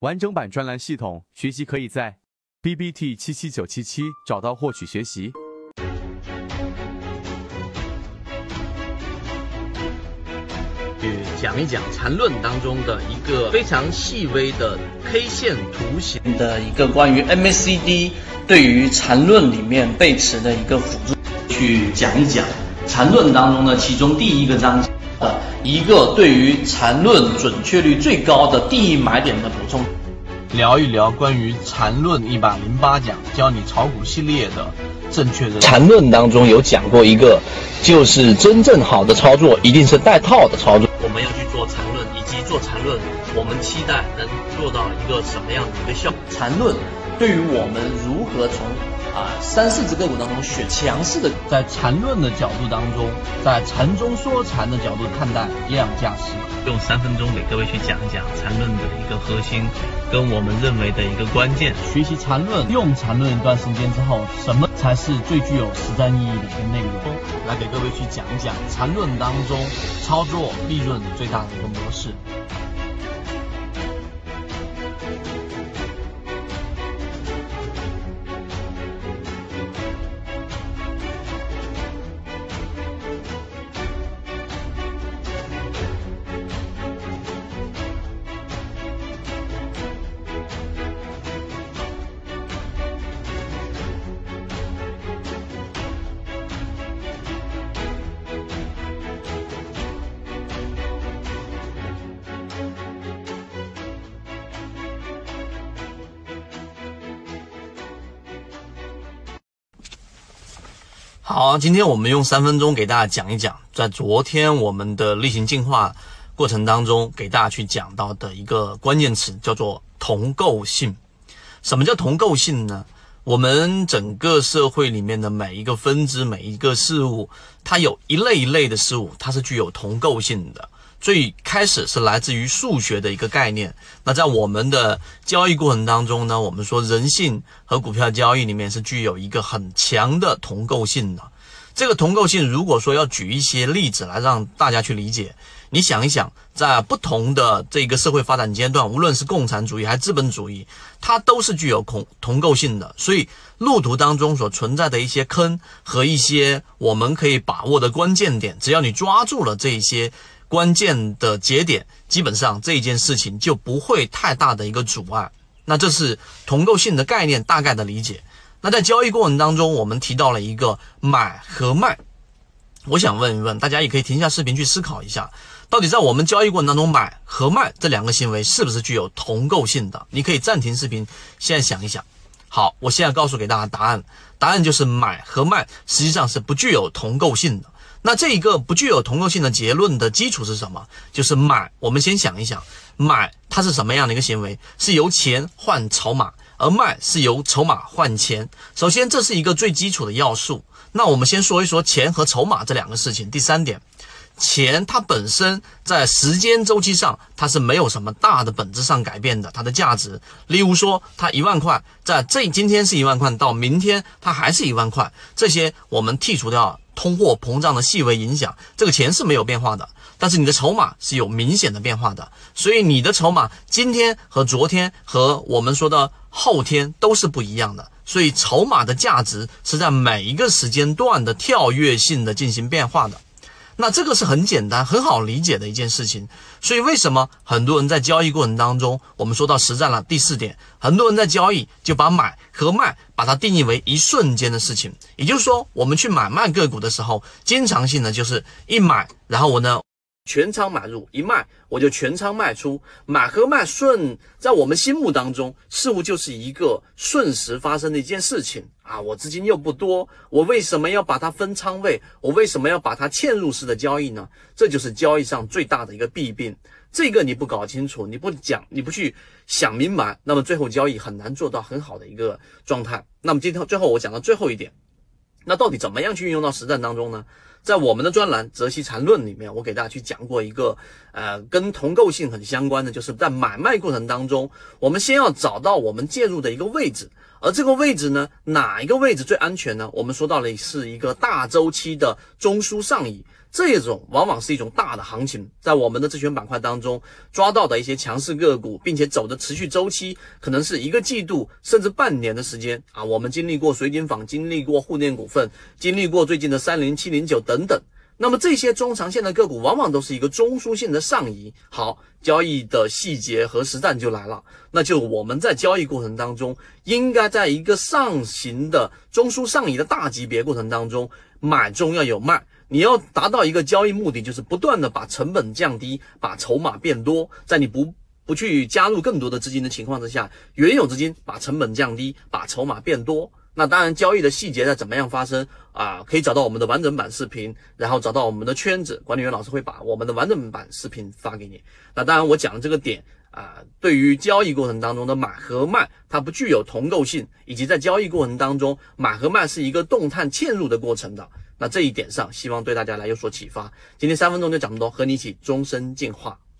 完整版专栏系统学习可以在 BBT77977找到获取学习。 去讲一讲缠论当中的一个非常细微的 K 线图形的一个关于 MACD 对于缠论里面背驰的一个辅助，去讲一讲缠论当中的其中第一个章节的一个对于缠论准确率最高的第一买点的补充， 聊一聊关于缠论108讲教你炒股系列的正确的缠论当中有讲过一个，就是真正好的操作一定是带套的操作。 我们要去做缠论，以及做缠论我们期待能做到一个什么样的一个效果。 缠论对于我们如何从3-4只个股当中选强势的， 在缠论的角度当中，在缠中说缠的角度看待量价时，用3分钟给各位去讲一讲缠论的一个核心跟我们认为的一个关键。学习缠论，用缠论一段时间之后，什么才是最具有实战意义的一个内容，来给各位去讲一讲缠论当中操作利润最大的一个模式。好，今天我们用3分钟给大家讲一讲，在昨天我们的例行进化过程当中给大家去讲到的一个关键词，叫做同构性。什么叫同构性呢？我们整个社会里面的每一个分支，每一个事物，它有一类一类的事物，它是具有同构性的。最开始是来自于数学的一个概念，那在我们的交易过程当中呢，我们说人性和股票交易里面是具有一个很强的同构性的。这个同构性如果说要举一些例子来让大家去理解，你想一想，在不同的这个社会发展阶段，无论是共产主义还是资本主义，它都是具有同构性的。所以路途当中所存在的一些坑和一些我们可以把握的关键点，只要你抓住了这一些关键的节点，基本上这一件事情就不会太大的一个阻碍。那这是同构性的概念大概的理解。那在交易过程当中，我们提到了一个买和卖，我想问一问大家，也可以停下视频去思考一下，到底在我们交易过程当中，买和卖这两个行为是不是具有同构性的？你可以暂停视频，现在想一想。好，我现在告诉给大家答案，答案就是买和卖实际上是不具有同构性的。那这一个不具有同构性的结论的基础是什么？就是买，我们先想一想，买它是什么样的一个行为？是由钱换筹码，而卖是由筹码换钱。首先这是一个最基础的要素。那我们先说一说钱和筹码这两个事情。第三点，钱它本身在时间周期上它是没有什么大的本质上改变的，它的价值，例如说它1万块，在今天是1万块，到明天它还是1万块，这些我们剔除掉通货膨胀的细微影响，这个钱是没有变化的，但是你的筹码是有明显的变化的。所以你的筹码今天和昨天和我们说的后天都是不一样的，所以筹码的价值是在每一个时间段的跳跃性的进行变化的。那这个是很简单很好理解的一件事情。所以为什么很多人在交易过程当中，我们说到实战了第4点，很多人在交易就把买和卖把它定义为一瞬间的事情。也就是说，我们去买卖个股的时候，经常性的就是一买，然后我呢全仓买入，一卖我就全仓卖出。买和卖在我们心目当中似乎就是一个瞬时发生的一件事情啊！我资金又不多，我为什么要把它分仓位？我为什么要把它嵌入式的交易呢？这就是交易上最大的一个弊病。这个你不搞清楚，你不去想明白，那么最后交易很难做到很好的一个状态。那么今天最后我讲到最后一点，那到底怎么样去运用到实战当中呢？在我们的专栏《择期缠论》里面，我给大家去讲过一个跟同构性很相关的，就是在买卖过程当中，我们先要找到我们介入的一个位置， 而这个位置呢，哪一个位置最安全呢？我们说到了是一个大周期的中枢上移，这种往往是一种大的行情，在我们的自选板块当中抓到的一些强势个股，并且走的持续周期可能是1个季度甚至半年的时间啊。我们经历过水井坊，经历过沪电股份，经历过最近的30709等等。那么这些中长线的个股往往都是一个中枢性的上移。好，交易的细节和实战就来了，那就我们在交易过程当中，应该在一个上行的中枢上移的大级别过程当中，买中要有卖。你要达到一个交易目的，就是不断的把成本降低，把筹码变多，在你不去加入更多的资金的情况之下，原有资金把成本降低，把筹码变多。那当然交易的细节在怎么样发生啊？可以找到我们的完整版视频，然后找到我们的圈子，管理员老师会把我们的完整版视频发给你。那当然我讲的这个点啊，对于交易过程当中的买和卖，它不具有同构性，以及在交易过程当中买和卖是一个动态嵌入的过程的。那这一点上希望对大家来有所启发。今天3分钟就讲这么多，和你一起终身进化。